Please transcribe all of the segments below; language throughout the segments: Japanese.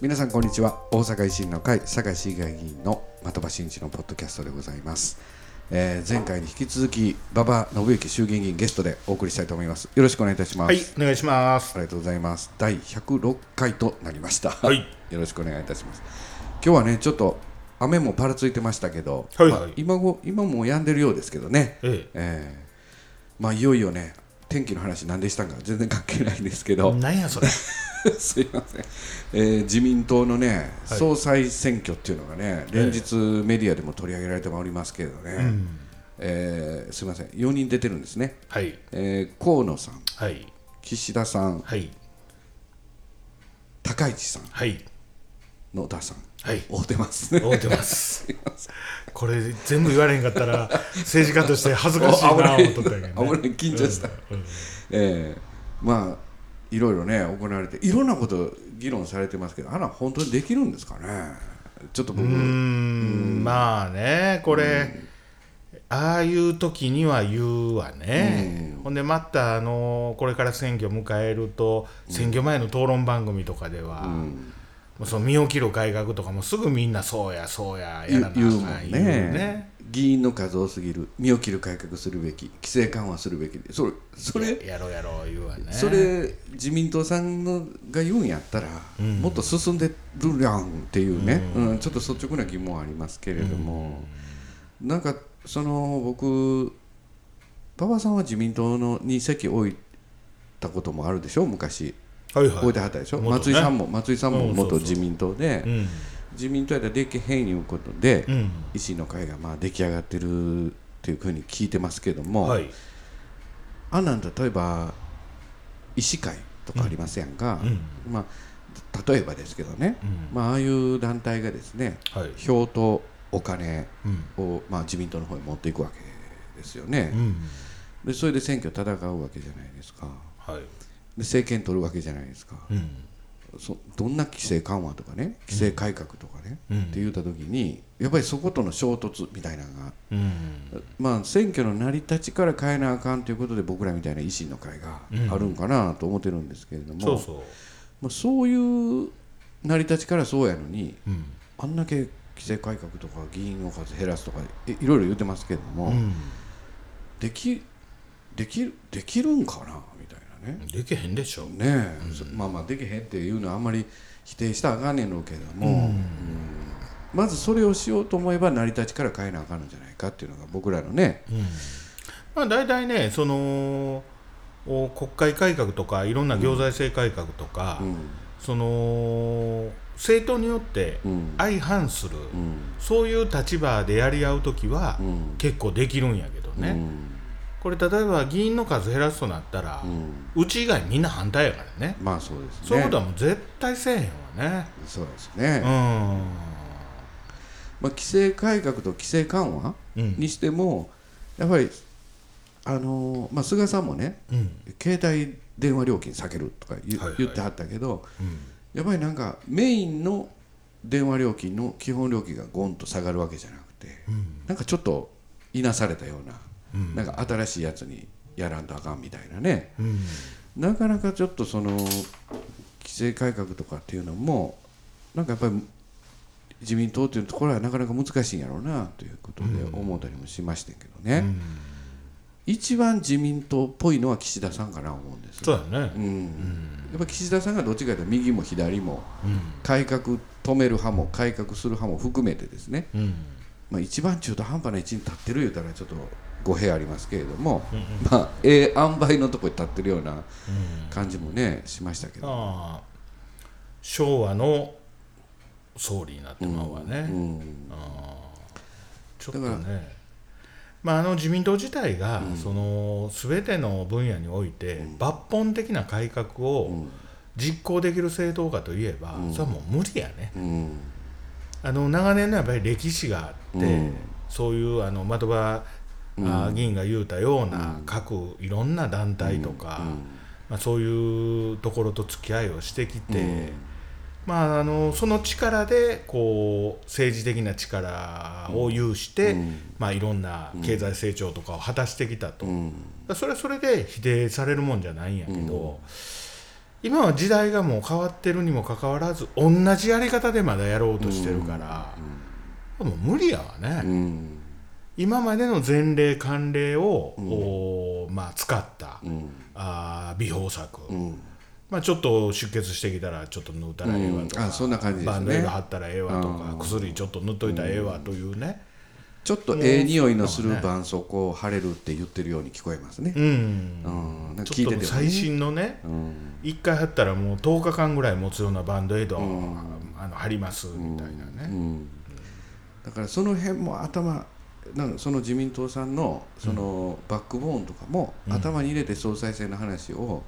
皆さんこんにちは。大阪維新の会堺市議会議員の的場真一のポッドキャストでございます。前回に引き続き馬場伸幸衆議院議員ゲストでお送りしたいと思います。よろしくお願いいたします。 はい、お願いします。 ありがとうございます。第106回となりました、 はい、 よろしくお願いいたします。今日はねちょっと雨もパラついてましたけど、 はいはい、 今も止んでるようですけどね、いよいよね天気の話何でしたんか全然関係ないんですけど、 何やそれすいません、自民党のね、はい、総裁選挙っていうのがね連日メディアでも取り上げられておりますけれどね、すいません4人出てるんですね、 はい、 河野さん、 はい、 岸田さん、 はい、 高市さん、 はい、 野田さん、 はい、 会うてますね。 会うてますこれ全部言われへんかったら政治家として恥ずかしいなと思ったけどね。 危ない緊張した、まあいろいろね行われていろんなこと議論されてますけど、本当にできるんですかね。ちょっと僕まあねこれ、ああいう時には言うわね、ほんでまたこれから選挙を迎えると、選挙前の討論番組とかでは、その身を切る改革とかもすぐみんなそうやそうややらなあかん言うもんね。議員の数多すぎる、身を切る改革するべき、規制緩和するべき、それやろう言うわね。 それ自民党さんが言うんやったら、もっと進んでるやんっていうね、ちょっと率直な疑問はありますけれども、なんか僕馬場さんは自民党に席置いたこともあるでしょ昔。 はいはい、 置いてはったでしょ、松井さんも元自民党で、自民党やったらできへんいうことで、維新の会が出来上がってるっていうふうに聞いてますけども、例えば医師会とかありますやんか、例えばですけどね、ああいう団体がですね、票とお金を、自民党の方に持っていくわけですよね、でそれで選挙戦うわけじゃないですか、で政権取るわけじゃないですか、どんな規制緩和とかね規制改革とかね、って言った時にやっぱりそことの衝突みたいなのが、選挙の成り立ちから変えなあかんということで僕らみたいな維新の会があるんかなと思ってるんですけれども、そういう成り立ちからそうやのに、あんだけ規制改革とか議員の数減らすとかいろいろ言ってますけれども、できるんかなみたいなね。 できへんでしょね、できへんっていうのはあんまり否定したらあかんねんろうけども、まずそれをしようと思えば成り立ちから変えなあかんのじゃないかっていうのが僕らのね、 大体ねその国会改革とかいろんな行財政改革とか、その政党によって相反する、そういう立場でやり合うときは結構できるんやけどね、これ例えば議員の数減らすとなったら、うち以外みんな反対やからね。 そうですね。 そういうことはもう絶対せえへんわね。 そうですね。規制改革と規制緩和にしても、やっぱり菅さんもね、携帯電話料金下げるとか言ってはったけど、やっぱりなんかメインの電話料金の基本料金がゴンと下がるわけじゃなくて、なんかちょっといなされたような、なんか新しいやつにやらんとあかんみたいなね、なかなかちょっとその規制改革とかっていうのもなんかやっぱり自民党っていうところはなかなか難しいんやろうなということで思ったりもしましたけどね、一番自民党っぽいのは岸田さんかな思うんです。 そうだね、 やっぱ岸田さんがどっちかというと右も左も、改革止める派も改革する派も含めてですね、一番中途半端な位置に立ってる言うたらちょっと語弊ありますけれども、塩梅のとこに立ってるような感じもね、しましたけど、 昭和の総理になってまうわね、ちょっとね、自民党自体が、その全ての分野において、抜本的な改革を実行できる政党かといえば、それはもう無理やね、長年のやっぱり歴史があって、そういう的場議員が言うたような各いろんな団体とか、そういうところと付き合いをしてきて、その力でこう政治的な力を有して、いろんな経済成長とかを果たしてきたと、それはそれで否定されるもんじゃないんやけど、 今は時代がもう変わってるにもかかわらず同じやり方でまだやろうとしてるから、もう無理やわね、今までの前例慣例を、使った、美容策、ちょっと出血してきたらちょっと塗ったらええわとか、 そんな感じですね、 バンドエイド貼ったらええわとか、薬ちょっと塗っといたらええわというね、 ちょっと匂いのする絆創膏を貼れるって言ってるように聞こえますね。 なんか聞いててもね、ちょっと最新のね、1回貼ったらもう10日間ぐらい持つようなバンドエイドを貼りますみたいなね、 だからその辺もその自民党さんのそのバックボーンとかも頭に入れて総裁選の話を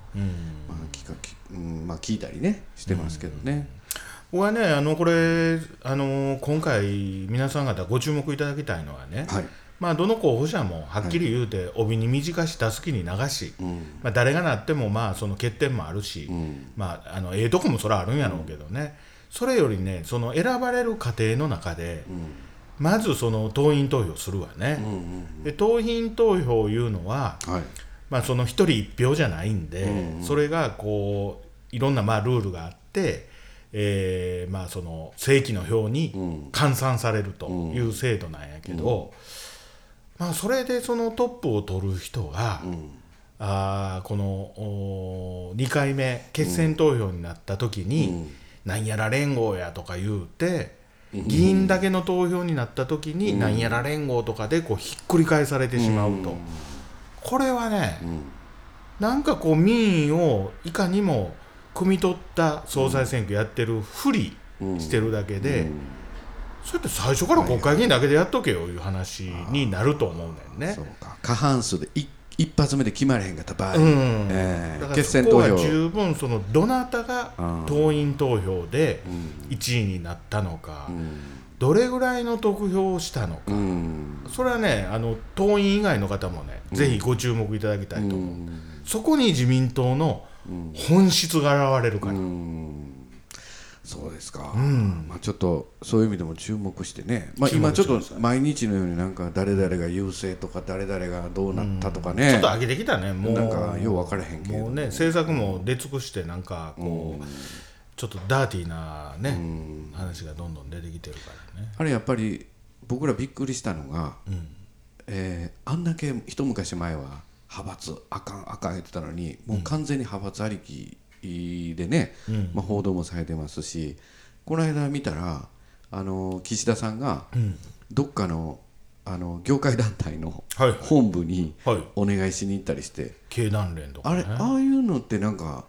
聞いたりねしてますけどね。 僕はねこれ今回皆さん方ご注目いただきたいのはね、どの候補者もはっきり言うて帯に短したすきに流し、誰がなってもその欠点もあるし、ええとこもそれはあるんやろうけどね、それよりねその選ばれる過程の中で、まずその党員投票するわね、で党員投票いうのは、その一人一票じゃないんで、それがこういろんなルールがあって、その正規の票に換算されるという制度なんやけど、それでそのトップを取る人が、この2回目決選投票になった時に、なんやら連合やとか言うて、議員だけの投票になった時になんやら連合とかでこうひっくり返されてしまうと、これはね、なんかこう民意をいかにも汲み取った総裁選挙やってるふりしてるだけで、そうやって最初から国会議員だけでやっとけよいう話になると思うねんね。 そうか、過半数で一発目で決まれへんかった場合、 だからそこは十分そのどなたが党員投票で1位になったのか、どれぐらいの得票をしたのか、それはね党員以外の方もね、ぜひご注目いただきたいと思う、そこに自民党の本質が現れるから、 そうですか、ちょっとそういう意味でも注目してね、今ちょっと毎日のようになんか誰々が優勢とか誰々がどうなったとかね、 ちょっと上げてきたね、もうなんかよう分からへんけど、 もうね政策も出尽くしてなんかこう、ちょっとダーティーなね、話がどんどん出てきてるからね。 あれやっぱり僕らびっくりしたのが、あんだけ一昔前は派閥あかん言ってたのに、もう完全に派閥ありきでね、報道もされてますし、この間見たら岸田さんがどっかの業界団体の本部にお願いしに行ったりして、 経団連とかね、 ああいうのってなんか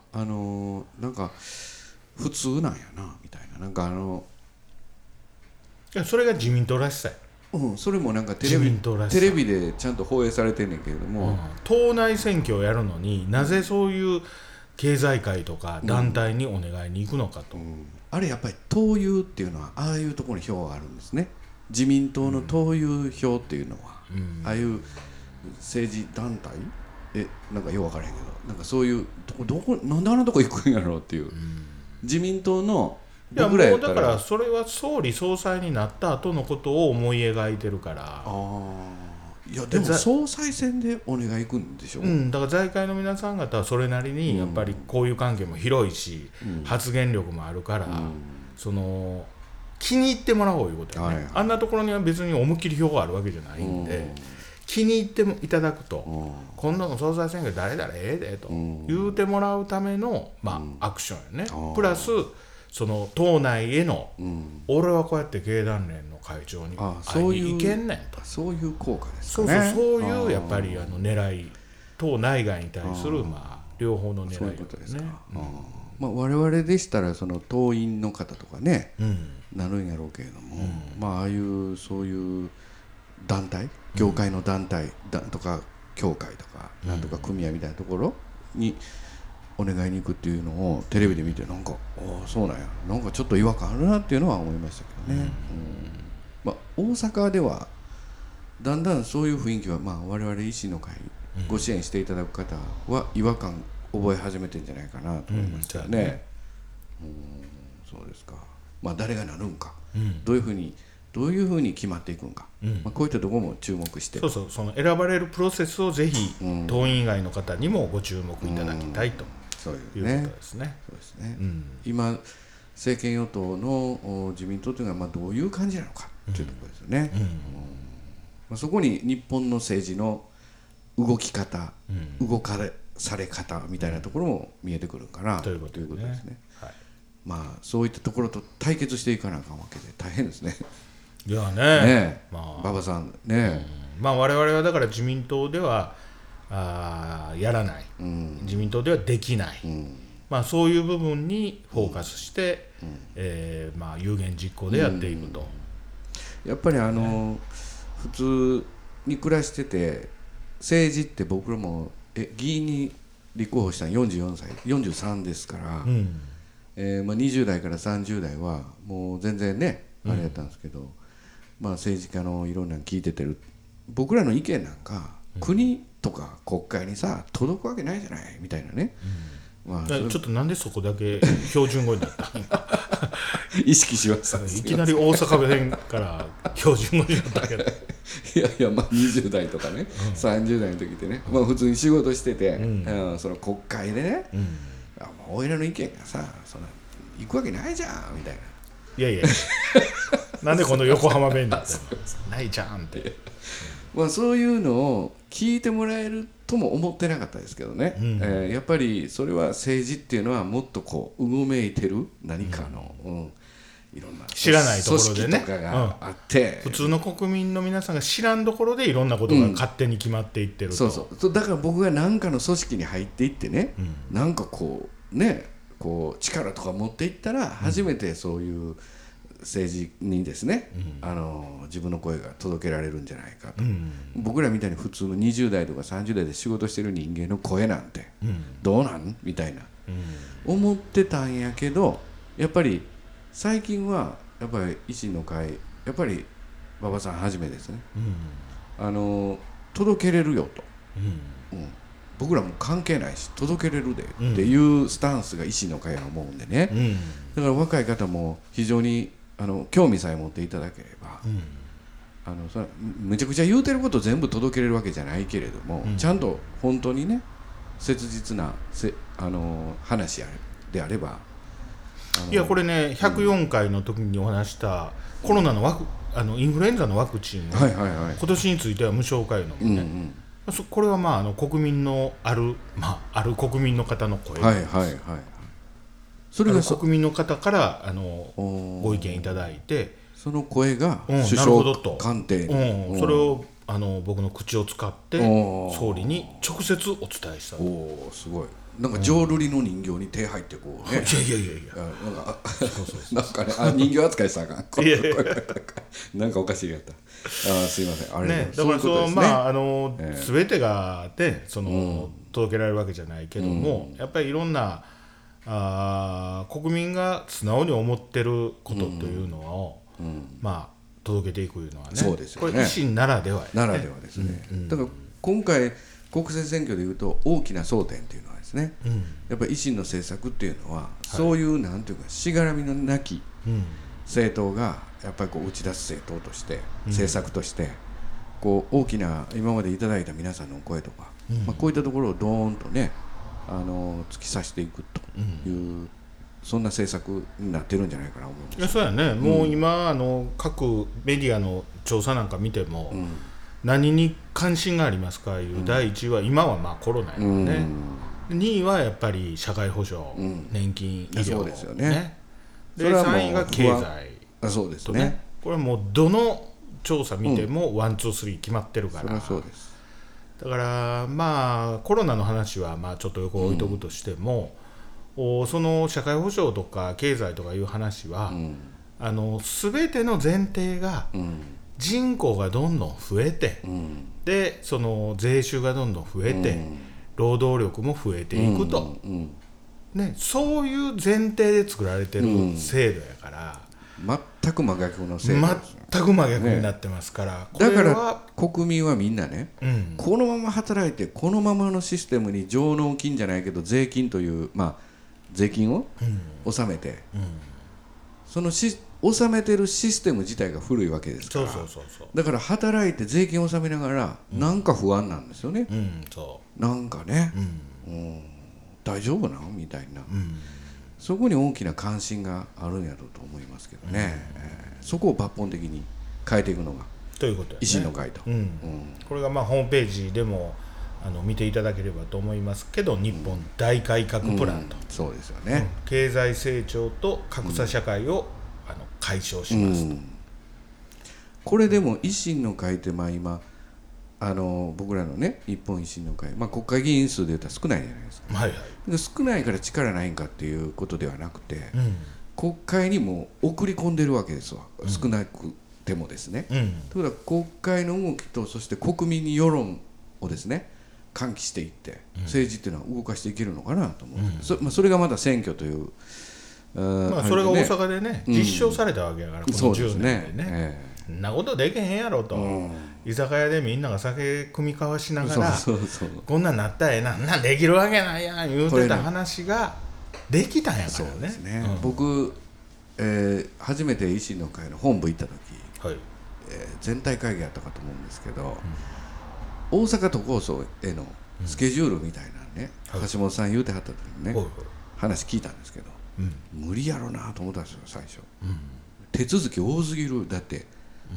普通なんやなみたいな、なんかいやそれが自民党らしさや。 それもなんかテレビでちゃんと放映されてんねんけれども、 党内選挙をやるのになぜそういう経済界とか団体にお願いに行くのかと、 あれやっぱり党友っていうのはああいうところに票があるんですね。自民党の党友票っていうのは、ああいう政治団体なんかよう分からへんけど、なんかそういうなんであんなとこ行くんやろうっていう、自民党の僕らやったら、 だからそれは総理総裁になった後のことを思い描いてるから。 いやでも総裁選でお願い行くんでしょ、 だから財界の皆さん方はそれなりにやっぱりこういう関係も広いし、発言力もあるから、その気に入ってもらおういうことやね、あんなところには別に思いっきり票があるわけじゃないんで、気に入っていただくと、今度の総裁選挙誰々ええでと言うてもらうための、アクションやね、プラスその党内への、俺はこうやって経団連の会長に会いに行けんねんと、 そういう効果ですかね。 そういうやっぱり狙い、党内外に対する両方の狙い、 そういうことですか。我々でしたらその党員の方とかね、なるんやろうけれども、ああいうそういう団体、業界の団体とか協会とかなんとか組合みたいなところにお願いに行くっていうのをテレビで見て、なんかそうなんや、なんかちょっと違和感あるなっていうのは思いましたけどね。大阪ではだんだんそういう雰囲気は、我々維新の会ご支援していただく方は違和感覚え始めてるんじゃないかなと思いましたよね。そうですか。誰がなるんか、どういうふうに決まっていくんか、こういったところも注目して、 その選ばれるプロセスをぜひ党員以外の方にもご注目いただきたいと。 そういういうことですね。 そうですね、今政権与党の自民党というのはどういう感じなのかというところですよね。そこに日本の政治の動き方、動かされ方みたいなところも見えてくるかなということですね。そういったところと対決していかなあかんわけで大変ですね。 いやね、 馬場さんね、 我々はだから自民党ではやらない、自民党ではできない、そういう部分にフォーカスして、有言実行でやっていくと。 やっぱり普通に暮らしてて、政治って僕らも議員に立候補したの44歳43ですから、20代から30代はもう全然ねあれやったんですけど、政治家のいろんなの聞いててる、僕らの意見なんか、国とか国会にさ届くわけないじゃないみたいなね、 ちょっとなんでそこだけ標準語になった意識しました。 いきなり大阪弁から標準語になったけどいや20代とかね、30代の時ってね、普通に仕事してて、その国会でね、俺らの意見がさそんな行くわけないじゃんみたいな。 いやなんでこの横浜弁だってないじゃんって、 そういうのを聞いてもらえるとも思ってなかったですけどね、やっぱりそれは政治っていうのはもっとこううごめいてる何かの、いろんな知らないところでね、 組織とかがあって、 普通の国民の皆さんが知らんところでいろんなことが勝手に決まっていってると、 そうだから僕が何かの組織に入っていってね、なんかこうねこう力とか持っていったら初めてそういう政治にですね、自分の声が届けられるんじゃないかと、僕らみたいに普通の20代とか30代で仕事してる人間の声なんてどうなんみたいな、思ってたんやけど、やっぱり最近はやっぱり維新の会やっぱり馬場さんはじめですね、届けれるよと、僕らも関係ないし届けれるでっていうスタンスが維新の会は思うんでね、だから若い方も非常に興味さえ持っていただければ、それむちゃくちゃ言うてること全部届けれるわけじゃないけれども、ちゃんと本当にね切実な話であれば、 いやこれね104回の時にお話したコロナのインフルエンザのワクチンが今年については無償化いうのもね、これは国民のある国民の方の声、それが国民の方からご意見いただいて、 その声が首相官邸に、 それを僕の口を使って総理に直接お伝えしたと。 すごい、なんか浄瑠璃の人形に手入ってこうね、なんかね人形扱いしたらあかんなんかおかしいやった、すいませんあれね、 だから全てがね届けられるわけじゃないけども、やっぱりいろんな国民が素直に思ってることというのを、届けていくいうのはね、 そうですよね、 これ維新ならではやね、 ならではですね、だから今回国政選挙でいうと大きな争点っていうのはですね、やっぱり維新の政策っていうのは、そういうなんていうかしがらみのなき政党がやっぱりこう打ち出す政党として、政策としてこう大きな今までいただいた皆さんの声とか、こういったところをドーンとね突き刺していくという、そんな政策になってるんじゃないかなと思うんです。 いやそうやね、もう今各メディアの調査なんか見ても、何に関心がありますかいう第1位は今はコロナやね、2位はやっぱり社会保障、年金、医療、 そうですよね。 で3位が経済、 そうですね。 これはもうどの調査見てもワンツースリー決まってるから、 そうです。 だからコロナの話はちょっと横置いとくとしても、その社会保障とか経済とかいう話は、全ての前提が、人口がどんどん増えて、でその税収がどんどん増えて、労働力も増えていくと、そういう前提で作られてる制度やから、 全く真逆の制度です、 全く真逆になってますから、 だから国民はみんなね、このまま働いてこのままのシステムに上納金じゃないけど税金という、税金を納めて、その納めてるシステム自体が古いわけですから、だから働いて税金を納めながらなんか不安なんですよね、なんかね、大丈夫なのみたいな、そこに大きな関心があるんやろうと思いますけどね、そこを抜本的に変えていくのがということやね、 維新の会と、 これがまあホームページでも見ていただければと思いますけど、日本大改革プランと、 そうですよね、 経済成長と格差社会を解消しますと、 これでも維新の会って今僕らのね日本維新の会、国会議員数でいうと少ないじゃないですか、で少ないから力ないんかっていうことではなくて、国会にも送り込んでるわけですわ、少なくてもですね、ということは国会の動きとそして国民に世論をですね喚起していって、政治っていうのは動かしていけるのかなと思う、それがまた選挙という、 それが大阪でね、実証されたわけやから、この10年でね、そんなことできへんやろと、居酒屋でみんなが酒酌み交わしながら、こんなんなったらええな、なんできるわけないやん言うてた話ができたんやからね。 そうですね、僕、初めて維新の会の本部行った時、全体会議やったかと思うんですけど、大阪都構想へのスケジュールみたいなね、橋本さん言うてはった時にね、話聞いたんですけど、無理やろなと思ったんですよ最初、手続き多すぎる、だって、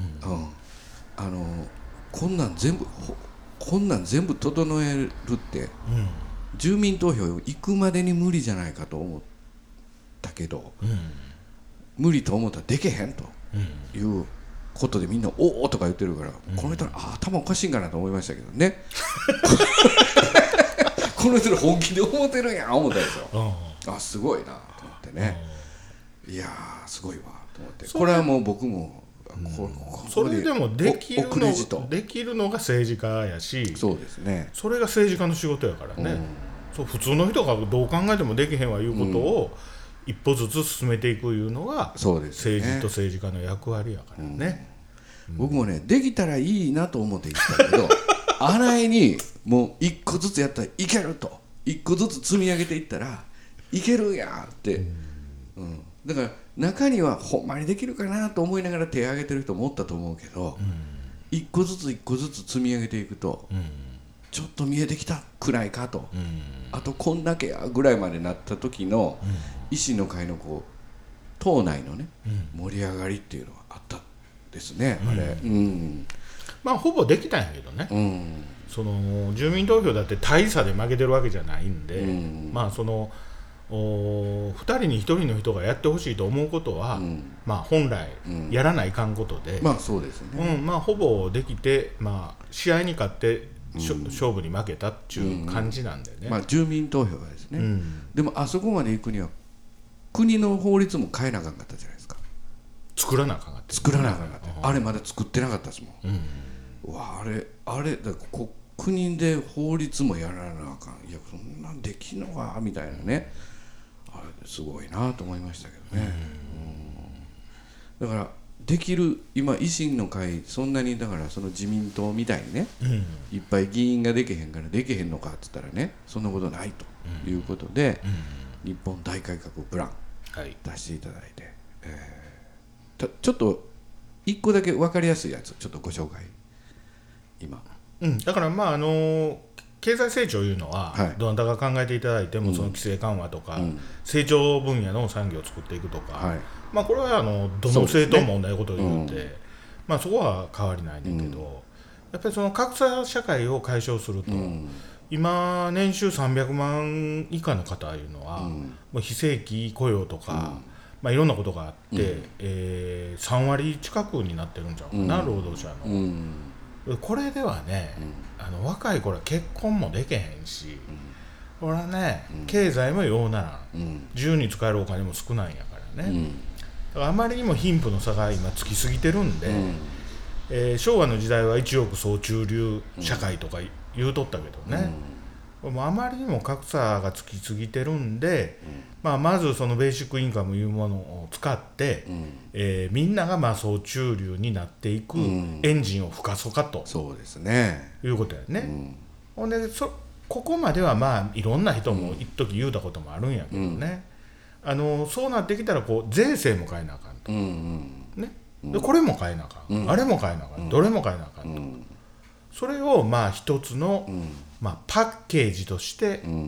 こんなん全部整えるって、住民投票行くまでに無理じゃないかと思ったけど、無理と思ったらでけへんということでみんなおおとか言ってるから、この人頭おかしいんかなと思いましたけどねこの人本気で思ってるんや思ったんですよ、すごいなと思ってね、いやすごいわと思って、これはもう僕もそれでもできるのが政治家やし、 そうですね、 それが政治家の仕事やからね、普通の人がどう考えてもできへんわいうことを一歩ずつ進めていくいうのが政治と政治家の役割やからね、 僕もねできたらいいなと思って言ったけど洗いにもう一個ずつやったらいけると、一個ずつ積み上げていったらいけるやって、だから中にはほんまにできるかなと思いながら手を挙げてる人もおったと思うけど、一個ずつ積み上げていくと、ちょっと見えてきたくらいかと、あとこんだけやぐらいまでなった時の維新の会の党内のね、盛り上がりっていうのはあったですね、あれ、 ほぼできたんやけどね、その住民投票だって大差で負けてるわけじゃないんで、その2人に1人の人がやってほしいと思うことは、本来やらないかんことで、 そうですね、 ほぼできて、試合に勝って勝負に負けたっていう感じなんでね、 住民投票はですね、でもあそこまで行くには国の法律も変えなあかんかったじゃないですか、 作らなあかんかった、 あれまだ作ってなかったですもん、あれだから国で法律もやらなあかん、いやそんなんできんのかみたいなね、あれすごいなと思いましたけどね、だからできる今維新の会そんなにだからその自民党みたいにね、いっぱい議員ができへんからできへんのかって言ったらね、そんなことないということで、日本大改革プラン出していただいて、ちょっと一個だけ分かりやすいやつちょっとご紹介今、 だから経済成長いうのは、どなたが考えていただいても、その規制緩和とか、成長分野の産業を作っていくとか、これはどの政党も同じことを言うて、そこは変わりないねんけど、やっぱりその格差社会を解消すると、今年収300万以下の方いうのは、もう非正規雇用とか、いろんなことがあって、3割近くになってるんじゃんかな、労働者の。これではね、若い頃は結婚もできへんし、これはね、経済もようならん、自由に使えるお金も少ないんやからね、だからあまりにも貧富の差が今つきすぎてるんで、昭和の時代は一億総中流社会とか言うとったけどね、もうあまりにも格差がつきすぎてるんで、まずそのベーシックインカムいうものを使って、みんなが総中流になっていくエンジンを吹かそうかと、 そうですね、 いうことやね。ほんでここまではいろんな人も一時言うたこともあるんやけどね、そうなってきたら税制も変えなあかんと、ね、でこれも変えなあかん、あれも変えなあかん、どれも変えなあかんと、それを一つの、パッケージとして、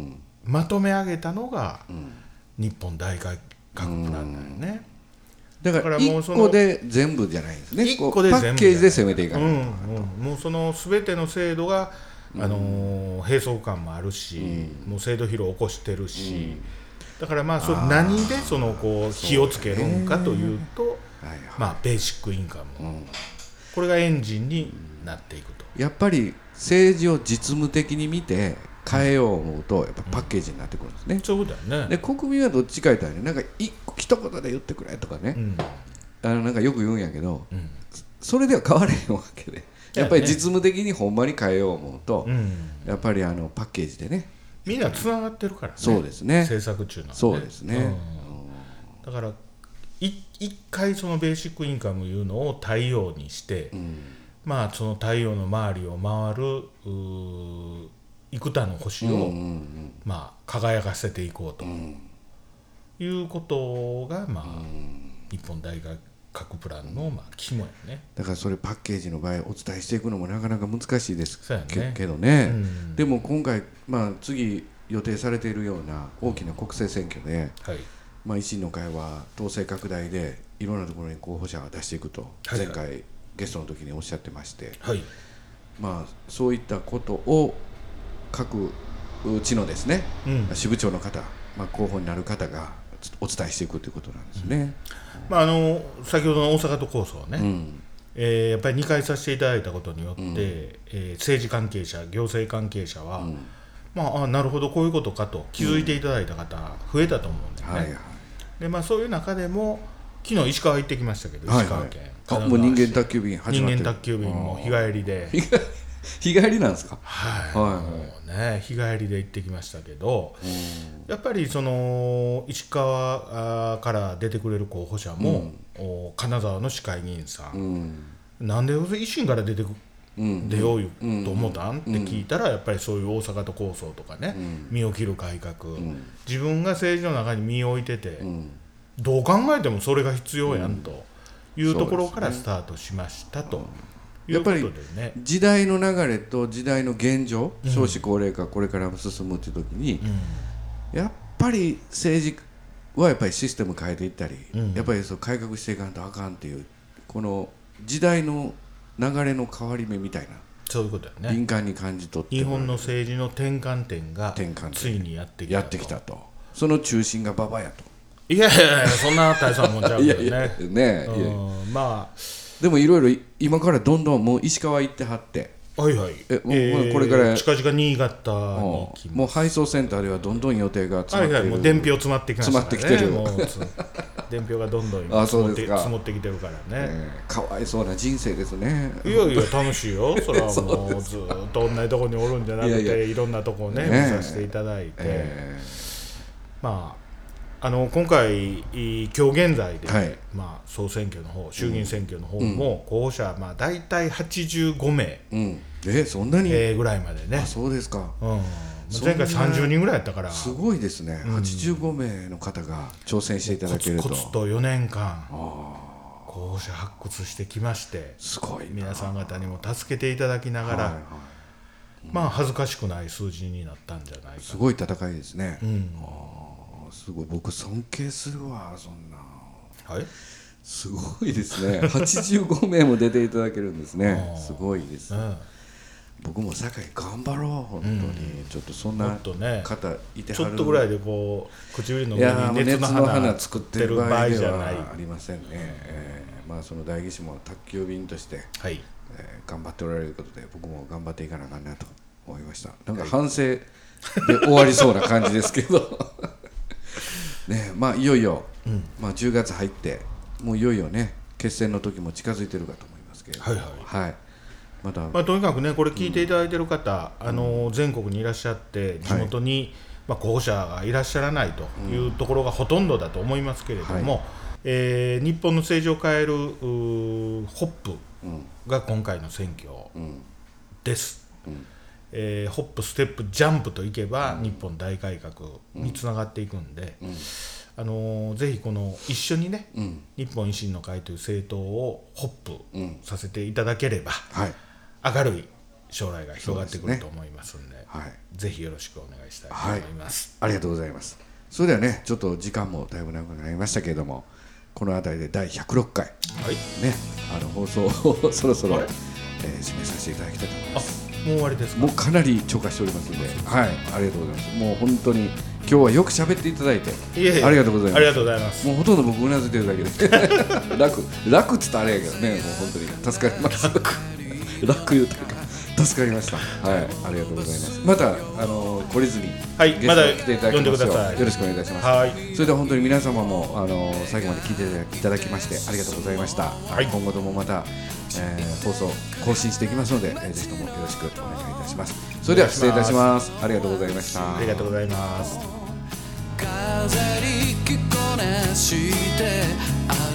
まとめ上げたのが、日本大改革プランだよね。 だから1個で全部じゃないんですね。 1個で全部パッケージで攻めていかないと、 もうその全ての制度が、閉塞感もあるし、もう制度疲労を起こしてるし、だからまあ何でそのこう火をつけるんかというと、まあベーシックインカム、これがエンジンになっていくと。 やっぱり政治を実務的に見て変えよう思うとやっぱパッケージになってくるんですね。 そうだよね。 で国民はどっちか言ったらね、なんか一言で言ってくれとかね、なんかよく言うんやけど、それでは変われへんわけで、やっぱり実務的にほんまに変えよう思うと、やっぱりパッケージでね、 みんなつながってるからね。 そうですね。 政策中のね。 そうですね。 だから一回そのベーシックインカムいうのを太陽にして、まあその太陽の周りを回る幾多の星を、まあ輝かせていこうということが、まあ日本大改革プランのまあ肝やね。 だからそれパッケージの場合お伝えしていくのもなかなか難しいですけどね。 でも今回、まあ、次予定されているような大きな国政選挙で、まあ、維新の会は党勢拡大でいろんなところに候補者を出していくと、前回ゲストの時におっしゃってまして、まあ、そういったことを各地のですね、支部長の方、まあ、候補になる方がお伝えしていくということなんですね。 まあ、先ほどの大阪都構想ね、やっぱり2回させていただいたことによって、政治関係者、行政関係者は、まあ、なるほどこういうことかと気づいていただいた方増えたと思うんだよね。で、まあ、そういう中でも昨日石川行ってきましたけど、石川県もう人間宅急便始まってる。 人間宅急便も日帰りで日帰りなんですか。 もうね、日帰りで行ってきましたけど、やっぱりその石川から出てくれる候補者も、金沢の市会議員さん、なんで維新から出ようと思ったんって聞いたら、やっぱりそういう大阪都構想とかね、身を切る改革、自分が政治の中に身を置いてて、どう考えてもそれが必要やんというところからスタートしましたと。 やっぱり時代の流れと時代の現状、少子高齢化これから進むという時に、やっぱり政治はやっぱりシステム変えていったり、やっぱりそう改革していかないとあかんっていう、この時代の流れの変わり目みたいな、 そういうことだよね。 敏感に感じ取って日本の政治の転換点がついにやってきたと。 その中心が馬場やと。 いやいやそんな大したもんちゃうけどね。まあでもいろいろ今からどんどんもう石川行ってはって、 もうこれから近々新潟に来ます。 もう配送センターではどんどん予定が詰まってる。 もう伝票詰まってきましたね。 詰まってきてる。 もう伝票がどんどん今積もってきてるからね。 かわいそうな人生ですね。 いやいや楽しいよ。それはもうずっと同じとこにおるんじゃなくて、いろんなとこをね見させていただいて、まあ今回今日現在で、まあ、総選挙の方、衆議院選挙の方も候補者、まあ、大体85名、 そんなに、 ぐらいまでね。 そうですか。 前回30人ぐらいやったから、 すごいですね。85名の方が挑戦していただけると、 コツコツと4年間候補者発掘してきまして、 すごい皆さん方にも助けていただきながら、まあ恥ずかしくない数字になったんじゃないか。 すごい戦いですね。すごい、僕尊敬するわ。そんな、すごいですね。85名も出ていただけるんですね。すごいです、僕も堺頑張ろう本当に、ちょっとそんな方いてはる、 ちょっとぐらいでこう唇の上に熱の花作ってる場合じゃない、 ありませんね。まあその代議士も宅急便として、頑張っておられることで、僕も頑張っていかなあかんなと思いました。なんか反省で終わりそうな感じですけどね、まあいよいよ、まあ10月入ってもういよいよね決戦の時も近づいてるかと思いますけれども、また、 とにかくねこれ聞いていただいている方、全国にいらっしゃって地元に、候補者がいらっしゃらないというところがほとんどだと思いますけれども、日本の政治を変えるホップが今回の選挙です。ホップステップジャンプといけば、日本大改革につながっていくんで、ぜひこの一緒にね、日本維新の会という政党をホップさせていただければ、明るい将来が広がってくると思いますんで、はい、ぜひよろしくお願いしたいと思います、 はい、ありがとうございます。それではね、ちょっと時間もだいぶ長くなりましたけれども、この辺りで第106回、はいね、放送をそろそろ、締めさせていただきたいと思います。 もう終わりですか？ もうかなり超過しておりますので、はい、ありがとうございます。もう本当に今日はよく喋っていただいて、ありがとうございます。 ありがとうございます。 もうほとんど僕うなずいてるだけで楽っつったらあれやけどね、もう本当に助かります。楽言うというか助かりました。はい、ありがとうございます。また懲りずにゲストに来ていただきますようよろしくお願いいたします。はい、それでは本当に皆様も最後まで聞いていただきましてありがとうございました。はい、今後ともまた、放送更新していきますので、ぜひともよろしくお願いいたします。それでは失礼いたします。ありがとうございました。 ありがとうございます。 風に着こなして